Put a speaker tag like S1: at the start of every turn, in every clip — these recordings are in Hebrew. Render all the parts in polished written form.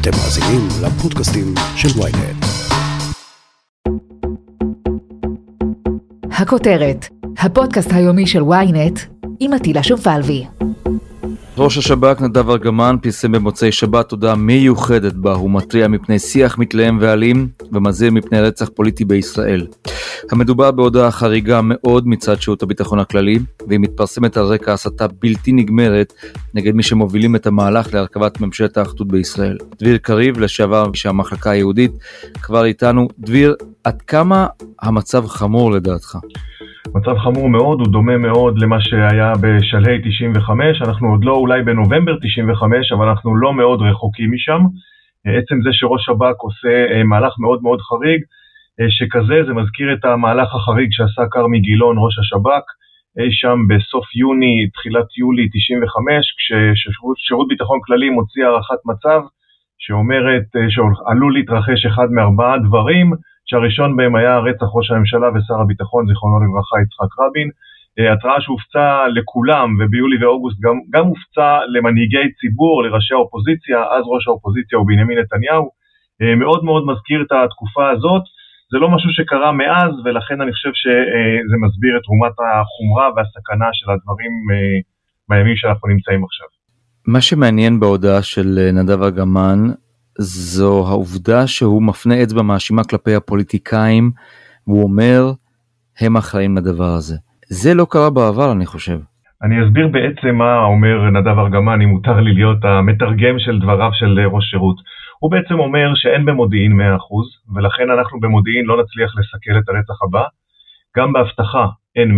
S1: אתם מאזינים לפודקאסטים של ynet.
S2: הכותרת, הפודקאסט היומי של ynet עם עטילה שומפלבי.
S3: ראש השב"כ נדב ארגמן פרסם במוצאי שבת הודעה מיוחדת בה הוא מתריע מפני שיח מתלהם ואלים ומזהיר מפני רצח פוליטי בישראל. המדובר בהודעה חריגה מאוד מצד שירות הביטחון הכללי, והיא מתפרסמת על רקע הסתה בלתי נגמרת נגד מי שמובילים את המהלך להרכבת ממשלת האחדות בישראל. דביר קריב, לשעבר מהמחלקה היהודית, כבר איתנו. דביר, עד כמה המצב חמור לדעתך?
S4: מצב חמור מאוד, הוא דומה מאוד למה שהיה בשלהי 95, אנחנו עוד לא אולי בנובמבר 95, אבל אנחנו לא מאוד רחוקים משם. עצם זה שראש שב"כ עושה מהלך מאוד מאוד חריג, שכזה זה מזכיר את המהלך החריג שעשה כרמי גילון ראש השב"כ, אי שם בסוף יוני, תחילת יולי 95, כששירות ביטחון כללי מוציא הערכת מצב, שאומרת שעלול להתרחש אחד מארבעה דברים, שהראשון בהם היה רצח ראש הממשלה ושר הביטחון, זיכרונו לברכה, יצחק רבין. התראה שהופצה לכולם, וביולי ואוגוסט גם הופצה למנהיגי ציבור, לראשי האופוזיציה, אז ראש האופוזיציה הוא בנימין נתניהו. מאוד מאוד מזכיר את התקופה הזאת. זה לא משהו שקרה מאז, ולכן אני חושב שזה מסביר את תרומת החומרה והסכנה של הדברים בימים שאנחנו נמצאים עכשיו.
S3: מה שמעניין בהודעה של נדב ארגמן, זו העובדה שהוא מפנה אצבע מאשימה כלפי הפוליטיקאים, והוא אומר, הם אחראים לדבר הזה. זה לא קרה בעבר, אני חושב.
S4: אני אסביר בעצם מה אומר נדב ארגמן, אם מותר לי להיות המתרגם של דבריו של ראש שירות. הוא בעצם אומר שאין במודיעין 100%, ולכן אנחנו במודיעין לא נצליח לסכל את הרצח הבא. גם בהבטחה אין 100%,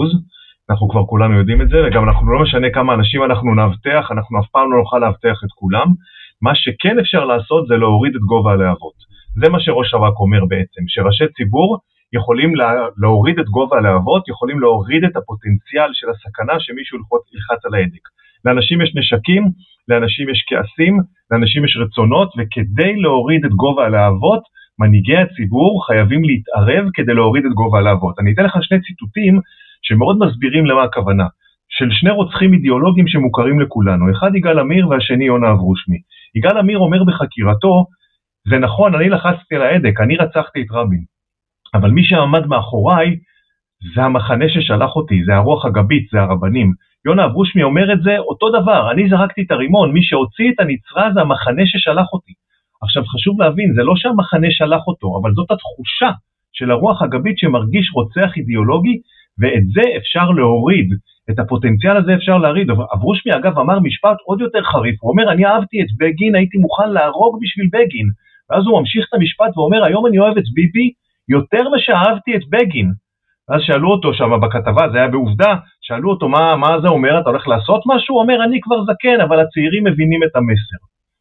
S4: אנחנו כבר כולנו יודעים את זה, וגם אנחנו לא משנה כמה אנשים אנחנו נאבטח, אנחנו אף פעם לא נוכל להבטח את כולם. מה שכן אפשר לעשות זה להוריד את גובה הלהבות. זה מה שראש שב"כ אומר בעצם, שראשי ציבור יכולים להוריד את גובה הלהבות, יכולים להוריד את הפוטנציאל של הסכנה שמישהו ילחץ על ההדק. לאנשים יש נשקים, לאנשים יש כעסים, לאנשים יש רצונות, וכדי להוריד את גובה הלהבות, מנהיגי הציבור חייבים להתערב כדי להוריד את גובה הלהבות. אני אתן לך שני ציטוטים שמאוד מסבירים למה הכוונה. של שני רוצחים אידיאולוגיים שמוכרים לכולנו, אחד יגאל עמיר והשני יונה אברושמי. יגאל עמיר אומר בחקירתו, זה נכון, אני לחצתי על ההדק, אני רצחתי את רבין, אבל מי שעמד מאחוריי, זה המחנה ששלח אותי, זה הרוח הגבית, זה הרבנים. יונה אברושמי אומר את זה אותו דבר, אני זרקתי את הרימון, מי שהוציא את הנצרה זה המחנה ששלח אותי. עכשיו חשוב להבין, זה לא שהמחנה שלח אותו, אבל זאת התחושה של הרוח הגבית שמרגיש רוצח אידיאולוגי, ואת זה אפשר להוריד, את הפוטנציאל הזה אפשר להוריד. אברושמי אגב אמר משפט עוד יותר חריף, הוא אומר אני אהבתי את בגין, הייתי מוכן להרוג בשביל בגין, ואז הוא ממשיך את המשפט ואומר היום אני אוהב את ביבי יותר משאהבתי את בגין. אז שאלו אותו שם בכתבה, זה היה בעובדה, שאלו אותו מה זה אומר, אתה הולך לעשות משהו? הוא אומר אני כבר זקן, אבל הצעירים מבינים את המסר.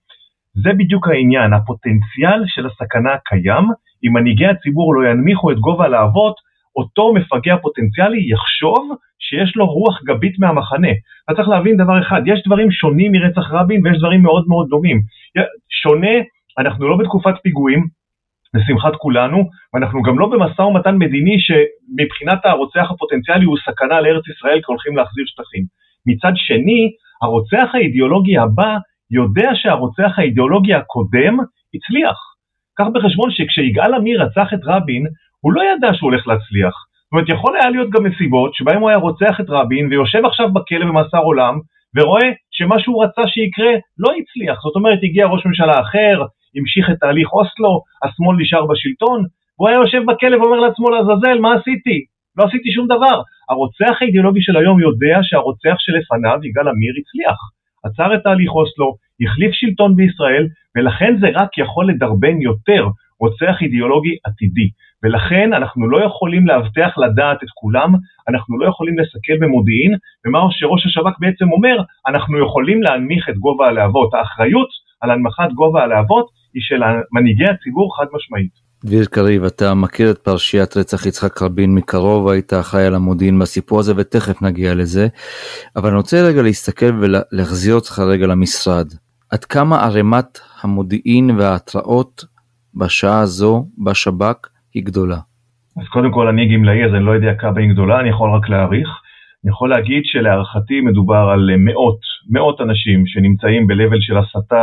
S4: זה בדיוק העניין, הפוטנציאל של הסכנה קיים, אם מנהיגי הציבור לא ינמיכו את גובה הלהבות, אותו מפגע פוטנציאלי יחשוב שיש לו רוח גבית מהמחנה. אתה צריך להבין דבר אחד, יש דברים שונים מרצח רבין ויש דברים מאוד מאוד דומים. שונה, אנחנו לא בתקופת פיגועים, לשמחת כולנו, ואנחנו גם לא במשא ומתן מדיני שמבחינת הרוצח הפוטנציאלי הוא סכנה לארץ ישראל כי הולכים להחזיר שטחים. מצד שני, הרוצח האידיאולוגי הבא יודע שהרוצח האידיאולוגי הקודם הצליח. כך בחשבון שכשיגאל עמיר רצח את רבין, הוא לא ידע שהוא הולך להצליח. זאת אומרת, יכול היה להיות גם מסיבות שבהם הוא היה רוצח את רבין ויושב עכשיו בכלא במאסר עולם, ורואה שמה שהוא רצה שיקרה לא הצליח. זאת אומרת, הגיע ראש ממשלה אחר, המשיך את תהליך אוסלו, השמאל נשאר בשלטון, והוא היה יושב בכלא ואומר לעצמו לעזאזל, מה עשיתי? לא עשיתי שום דבר. הרוצח האידיאולוגי של היום יודע שהרוצח שלפניו, יגאל עמיר, הצליח. עצר את תהליך אוסלו, החליף שלטון בישראל, ולכן זה רק יכול לדרבן יותר רוצח אידיאולוגי עתידי. ולכן אנחנו לא יכולים להבטח לדעת את כולם, אנחנו לא יכולים לסכל במודיעין, ומה שראש השב"כ בעצם אומר, אנחנו יכולים להנמיך את גובה הלהבות. האחריות על הנמכת גובה הלהבות היא של מנהיגי הציבור חד משמעית.
S3: דביר קריב, אתה מכיר את פרשיית רצח יצחק רבין מקרוב, היית אחראי על המודיעין בסיפור הזה ותכף נגיע לזה, אבל אני רוצה רגע להסתכל ולהחזיר אותך רגע למשרד. עד כמה ערימת המודיעין וההתראות בשעה הזו בשב"כ היא גדולה?
S4: אז קודם כל אני גמלאי, אז אני לא יודע כמה היא גדולה, אני יכול רק להעריך. אני יכול להגיד שלהערכתי מדובר על מאות אנשים שנמצאים בלבל של הסתה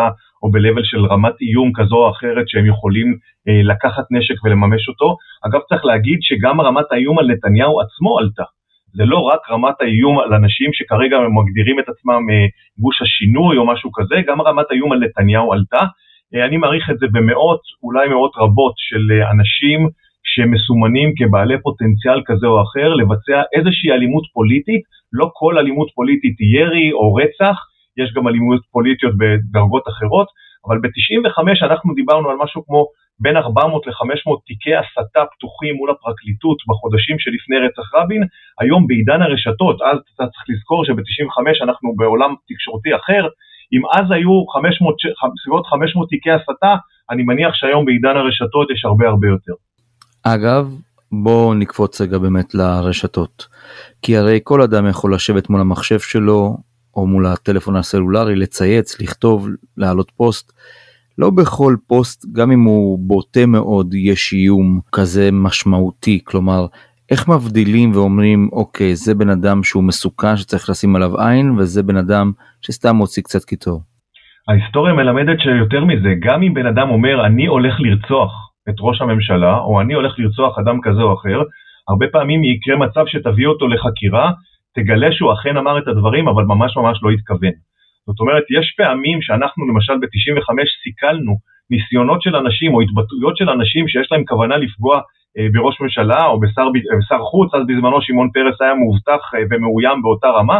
S4: או בלבל של רמת איום כזו או אחרת שהם יכולים לקחת נשק ולממש אותו. אגב, צריך להגיד שגם רמת האיום על נתניהו עצמו עלתה. זה לא רק רמת האיום על אנשים שכרגע מגדירים את עצמם גוש השינוי או משהו כזה, גם רמת האיום על נתניהו עלתה. אני מעריך את זה במאות, אולי מאות רבות של אנשים שמסומנים כבעלי פוטנציאל כזה או אחר, לבצע איזושהי אלימות פוליטית. לא כל אלימות פוליטית היא ירי או רצח, יש גם אלימות פוליטיות בדרגות אחרות, אבל ב-95 אנחנו דיברנו על משהו כמו בין 400 ל-500 תיקי הסתה פתוחים מול הפרקליטות בחודשים שלפני רצח רבין. היום בעידן הרשתות, אז אתה צריך לזכור שב-95 אנחנו בעולם תקשורתי אחר, אם אז היו סביבות 500 תיקי הסתה, אני מניח שהיום בעידן הרשתות יש הרבה יותר.
S3: אגב, בואו נקפוץ רגע באמת לרשתות, כי הרי כל אדם יכול לשבת מול המחשב שלו, או מול הטלפון הסלולרי, לצייץ, לכתוב, להעלות פוסט. לא בכל פוסט, גם אם הוא בוטה מאוד, יש איום כזה משמעותי. כלומר, איך מבדילים ואומרים, אוקיי, זה בן אדם שהוא מסוכן, שצריך לשים עליו עין, וזה בן אדם שסתם מוציא קצת קיטור.
S4: ההיסטוריה מלמדת שיותר מזה, גם אם בן אדם אומר, אני הולך לרצוח את ראש הממשלה, או אני הולך לרצוח אדם כזה או אחר, הרבה פעמים יקרה מצב שתביא אותו לחקירה, תגלה שהוא אכן אמר את הדברים, אבל ממש לא התכוון. זאת אומרת, יש פעמים שאנחנו למשל ב-95 סיכלנו ניסיונות של אנשים או התבטאויות של אנשים שיש להם כוונה לפגוע בראש ממשלה או בשר חוץ, אז בזמנו שמעון פרס היה מובטח ומאוים באותה רמה.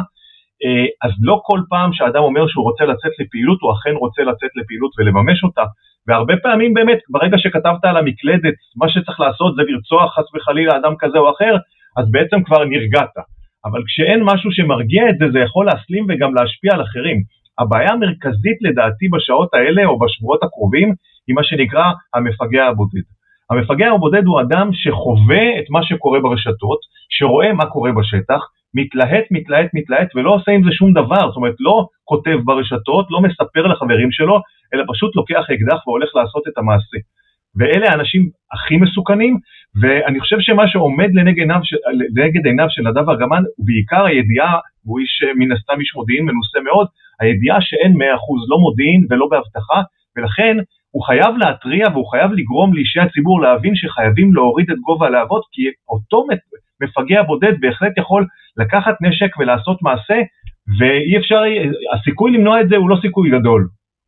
S4: אז לא כל פעם שהאדם אומר שהוא רוצה לצאת לפעילות, הוא אכן רוצה לצאת לפעילות ולממש אותה. והרבה פעמים באמת, ברגע שכתבת על המקלדת, מה שצריך לעשות זה לרצוח חס וחלילה אדם כזה או אחר, אז בעצם כבר נרגעת. אבל כשאין משהו שמרגיע את זה, זה יכול להסלים וגם להשפיע על אחרים. הבעיה המרכזית לדעתי בשעות האלה או בשבועות הקרובים, היא מה שנקרא המפגע הבודד. המפגע הבודד הוא אדם שחווה את מה שקורה ברשתות, שרואה מה קורה בשטח, מתלהט ולא עושה עם זה שום דבר, זאת אומרת לא כותב ברשתות, לא מספר לחברים שלו, אלא פשוט לוקח אקדח והולך לעשות את המעשה. ואלה האנשים הכי מסוכנים, ואני חושב שמה שעומד לנגד עיניו של נדב ארגמן, הוא בעיקר הידיעה, הוא איש מן הסתם איש מודיעין מנוסה מאוד, הידיעה שאין 100% לא מודיעין ולא בהבטחה, ולכן הוא חייב להטריע והוא חייב לגרום לאישי הציבור להבין שחייבים להוריד את גובה הלהבות, כי אותו מפגע בודד בהחלט יכול לקחת נשק ולעשות מעשה, ואי אפשר, הסיכוי למנוע את זה הוא לא סיכוי גדול.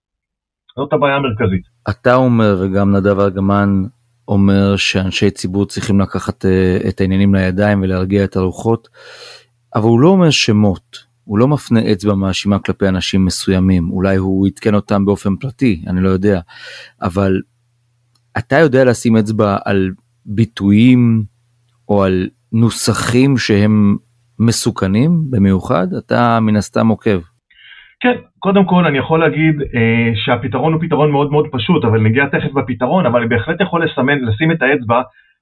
S4: זאת הבעיה המרכזית.
S3: אתה אומר, וגם נדב ארגמן אומר, שאנשי ציבור צריכים לקחת את העניינים לידיים ולהרגיע את הרוחות, אבל הוא לא אומר שמות, הוא לא מפנה אצבע מאשימה כלפי אנשים מסוימים, אולי הוא יתקן אותם באופן פרטי, אני לא יודע, אבל אתה יודע לשים אצבע על ביטויים או על נוסחים שהם מסוכנים במיוחד? אתה מן הסתם עוקב.
S4: כן, קודם כל אני יכול להגיד שהפתרון הוא פתרון מאוד מאוד פשוט, אבל נגיע תכף בפתרון, אבל אני בהחלט יכול לשים את האצבע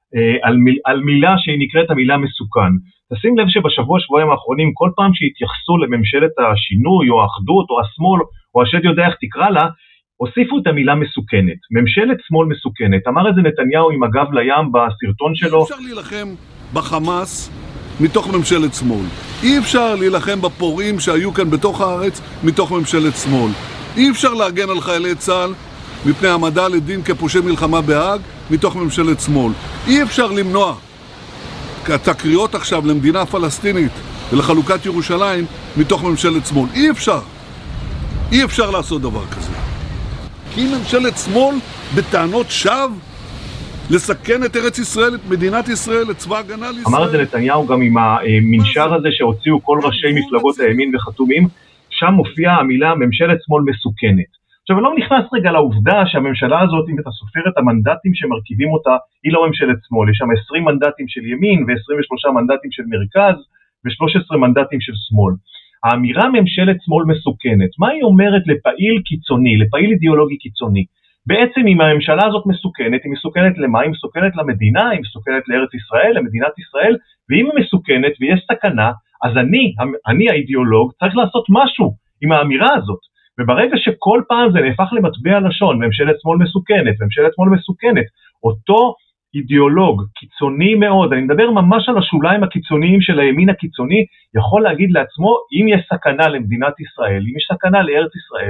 S4: על מילה שהיא נקראת המילה מסוכן. תשים לב שבשבוע-שבועיים האחרונים, כל פעם שהתייחסו לממשלת השינוי או האחדות או השמאל, או השד יודע איך תקרא לה, הוסיפו את המילה מסוכנת. ממשלת שמאל מסוכנת. אמר את זה נתניהו עם הגב לים בסרטון שלו.
S5: אפשר להילחם בחמאס מתוך ממשלת שמאל. אי אפשר להילחם בפורעים שהיו כאן בתוך הארץ מתוך ממשלת שמאל. אי אפשר להגן על חיילי צה"ל מפני העמדה לדין כפושעי מלחמה בהאג מתוך ממשלת שמאל. אי אפשר למנוע התקריות עכשיו למדינה פלסטינית ולחלוקת ירושלים מתוך ממשלת שמאל. אי אפשר. אי אפשר לעשות דבר כזה. כי ממשלת שמאל בטענות שווא לסכן את ארץ ישראל, את מדינת ישראל, את צבא הגנה לישראל.
S4: אמר את זה נתניהו גם עם המנשר הזה שהוציאו כל ראשי מפלגות הימין וחתומים, שם מופיעה המילה ממשלת שמאל מסוכנת. עכשיו אני לא נכנס רגע לעובדה שהממשלה הזאת, אם אתה סופר את המנדטים שמרכיבים אותה, היא לא ממשלת שמאל, יש שם 20 מנדטים של ימין ו23 מנדטים של מרכז ו13 מנדטים של שמאל. האמירה ממשלת שמאל מסוכנת, מה היא אומרת לפעיל קיצוני, לפעיל אידיאולוגי קיצוני? בעצם אם הממשלה הזאת מסוכנת, היא מסוכנת למה? היא מסוכנת למדינה, היא מסוכנת לארץ ישראל, למדינת ישראל, ואם היא מסוכנת ויש סכנה, אז אני האידיאולוג צריך לעשות משהו עם האמירה הזאת. וברגע שכל פעם זה נהפך למטבע לשון, ממשלת שמאל מסוכנת, ממשלת שמאל מסוכנת, אותו אידיאולוג קיצוני מאוד, אני מדבר ממש על השוליים הקיצוניים של הימין הקיצוני, יכול להגיד לעצמו, אם יש סכנה למדינת ישראל, אם יש סכנה לארץ ישראל,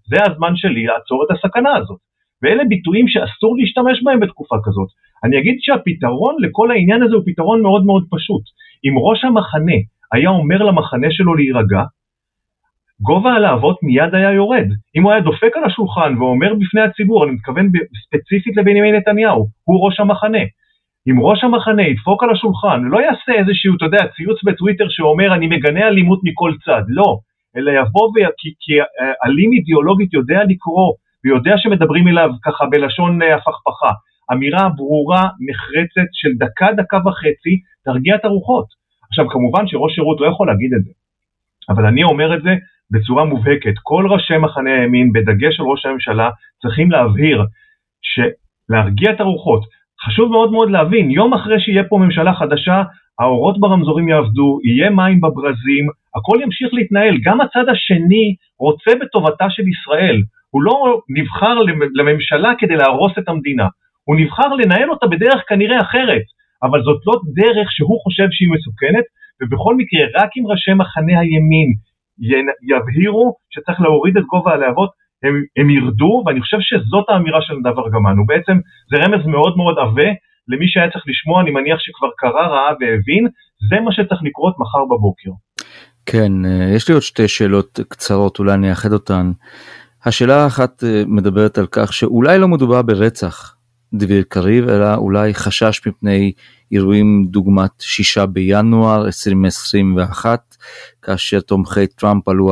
S4: זה הזמן שלי לעצור את הסכנה הזאת. ואלה ביטויים שאסור להשתמש בהם בתקופה כזאת. אני אגיד שהפתרון לכל העניין הזה הוא פתרון מאוד מאוד פשוט. אם ראש המחנה היה אומר למחנה שלו להירגע, גובה הלהבות מיד היה יורד. אם הוא היה דופק על השולחן ואומר בפני הציבור, אני מתכוון ספציפית לבנימין נתניהו, הוא ראש המחנה. אם ראש המחנה ידפוק על השולחן, לא יעשה איזשהו, אתה יודע, ציוץ בטוויטר שאומר אני מגנה אלימות מכל צד, לא. אלא יבוא כי אלים אידיאולוגית יודע לקרוא, ויודע שמדברים אליו ככה בלשון הפכפכה. אמירה ברורה, נחרצת של דקה וחצי, תרגיע את הרוחות. עכשיו כמובן שראש שירות לא יכול להגיד את זה, אבל אני אומר את זה בצורה מובהקת. כל ראשי מחנה הימין, בדגש על ראש הממשלה, צריכים להבהיר שלהרגיע את הרוחות. חשוב מאוד מאוד להבין, יום אחרי שיהיה פה ממשלה חדשה, האורות ברמזורים יעבדו, יהיה מים בברזים, הכל ימשיך להתנהל. גם הצד השני רוצה בטובתה של ישראל. הוא לא נבחר לממשלה כדי להרוס את המדינה. הוא נבחר לנהל אותה בדרך כנראה אחרת, אבל זאת לא דרך שהוא חושב שהיא מסוכנת, ובכל מקרה, רק אם ראשי מחנה הימין יבהירו שצריך להוריד את גובה הלהבות, הם ירדו, ואני חושב שזאת האמירה של נדב ארגמן. הוא בעצם, זה רמז מאוד מאוד עבה, למי שהיה צריך לשמוע, אני מניח שכבר קרא, ראה והבין, זה מה שצריך לקרות מחר בבוקר.
S3: כן, יש לי עוד שתי שאלות קצרות, אולי אני אאחד אותן. השאלה האחת מדברת על כך שאולי לא מדובר ברצח דביר קריב, אלא אולי חשש מפני אירועים דוגמת 6 בינואר 2021, כאשר תומכי טראמפ עלו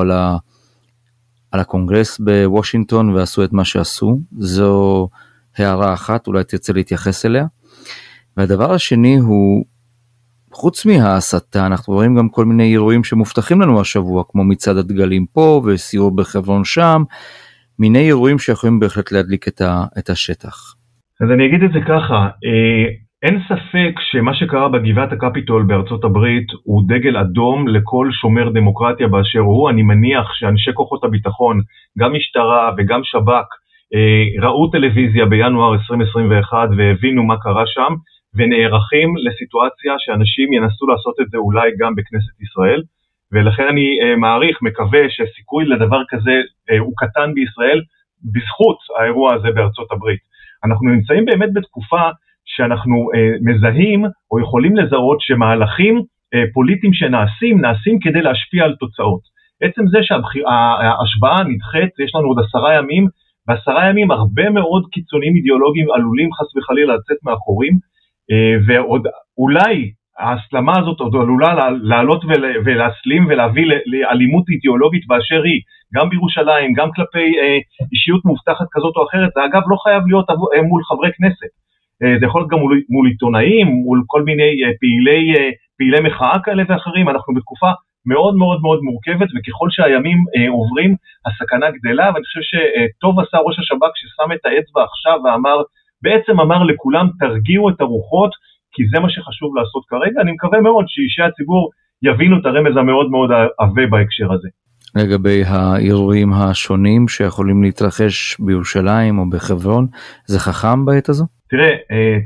S3: על הקונגרס בוושינגטון ועשו את מה שעשו. זו הערה אחת, אולי תרצה להתייחס אליה. והדבר השני הוא, חוץ מההסתה, אנחנו רואים גם כל מיני אירועים שמובטחים לנו השבוע, כמו מצעד הדגלים פה וסיור בחברון שם, מיני אירועים שיכולים בהחלט להדליק את השטח.
S4: אז אני אגיד את זה ככה, אין ספק שמה שקרה בגבעת הקפיטול בארצות הברית הוא דגל אדום לכל שומר דמוקרטיה באשר הוא. אני מניח שאנשי כוחות הביטחון, גם משטרה וגם שב"כ, ראו טלוויזיה בינואר 2021 והבינו מה קרה שם, ונערכים לסיטואציה שאנשים ינסו לעשות את זה אולי גם בכנסת ישראל, ולכן אני מעריך, מקווה שסיכוי לדבר כזה הוא קטן בישראל, בזכות האירוע הזה בארצות הברית. אנחנו נמצאים באמת בתקופה שאנחנו מזהים או יכולים לזהות שמהלכים פוליטיים נעשים כדי להשפיע על תוצאות. עצם זה שההשבעה נדחית, יש לנו עוד 10 ימים, ב10 ימים הרבה מאוד קיצונים אידיאולוגיים עלולים חס וחלילה לצאת מאחורים, ועוד אולי ההסלמה הזאת עוד עלולה לעלות ולהסלים ולהביא לאלימות אידיאולוגית באשר היא, גם בירושלים, גם כלפי אישיות מובטחת כזאת או אחרת. זה אגב לא חייב להיות מול חברי כנסת, זה יכול להיות גם מול עיתונאים, מול כל מיני פעילי מחאה כאלה ואחרים. אנחנו בתקופה מאוד מאוד מאוד מורכבת, וככל שהימים עוברים הסכנה גדלה, ואני חושב שטוב עשה ראש השב"כ ששם את האצבע עכשיו בעצם אמר לכולם תרגיעו את הרוחות, כי זה מה שחשוב לעשות כרגע. אני מקווה מאוד שאישי הציבור יבינו את הרמז המאוד מאוד עבה בהקשר הזה.
S3: לגבי האירועים השונים שיכולים להתרחש בירושלים או בחברון, זה חכם בעת הזו?
S4: תראה,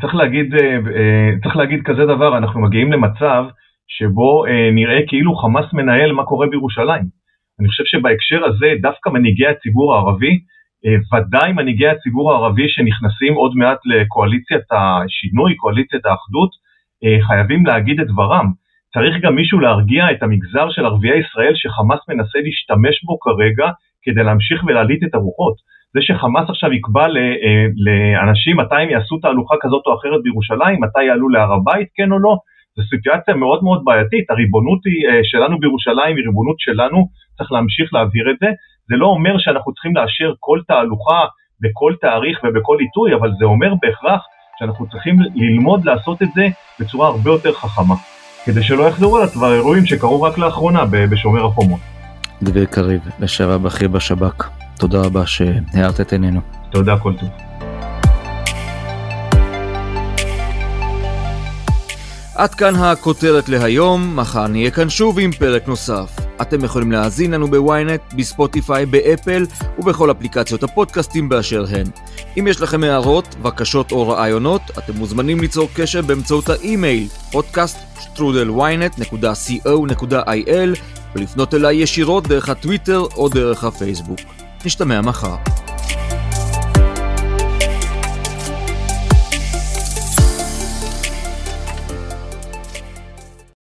S4: צריך להגיד כזה דבר, אנחנו מגיעים למצב שבו נראה כאילו חמאס מנהל מה קורה בירושלים. אני חושב שבהקשר הזה דווקא מנהיגי הציבור הערבי, ודאי מנהיגי הציבור הערבי שנכנסים עוד מעט לקואליציית השינוי, קואליציית האחדות, חייבים להגיד את דברם. צריך גם מישהו להרגיע את המגזר של ערביי ישראל שחמאס מנסה להשתמש בו כרגע כדי להמשיך ולהעליט את הרוחות. זה שחמאס עכשיו יקבע לאנשים מתי הם יעשו תהלוכה כזאת או אחרת בירושלים, מתי יעלו להר הבית, כן או לא, זו סיטואציה מאוד מאוד בעייתית. הריבונות שלנו בירושלים היא ריבונות שלנו, צריך להמשיך להבהיר את זה. זה לא אומר שאנחנו צריכים לאשר כל תהלוכה בכל תאריך ובכל עיתוי, אבל זה אומר בהכרח שאנחנו צריכים ללמוד לעשות את זה בצורה הרבה יותר חכמה, כדי שלא יחזרו על האירועים שקרו רק לאחרונה בשומר החומות.
S3: דביר קריב, לשעבר בכיר בשב"כ, תודה רבה שהארת את עינינו.
S4: תודה, כל טוב.
S3: עד כאן הכותרת להיום, מחר נהיה כאן שוב עם פרק נוסף. אתם יכולים להאזין לנו בוויינט, בספוטיפיי, באפל ובכל אפליקציות הפודקאסטים באשר הן. אם יש לכם הערות, בקשות או רעיונות, אתם מוזמנים ליצור קשר באמצעות האימייל podcast@ynet.co.il ולפנות אליי ישירות דרך הטוויטר או דרך הפייסבוק. נשתמע מחר.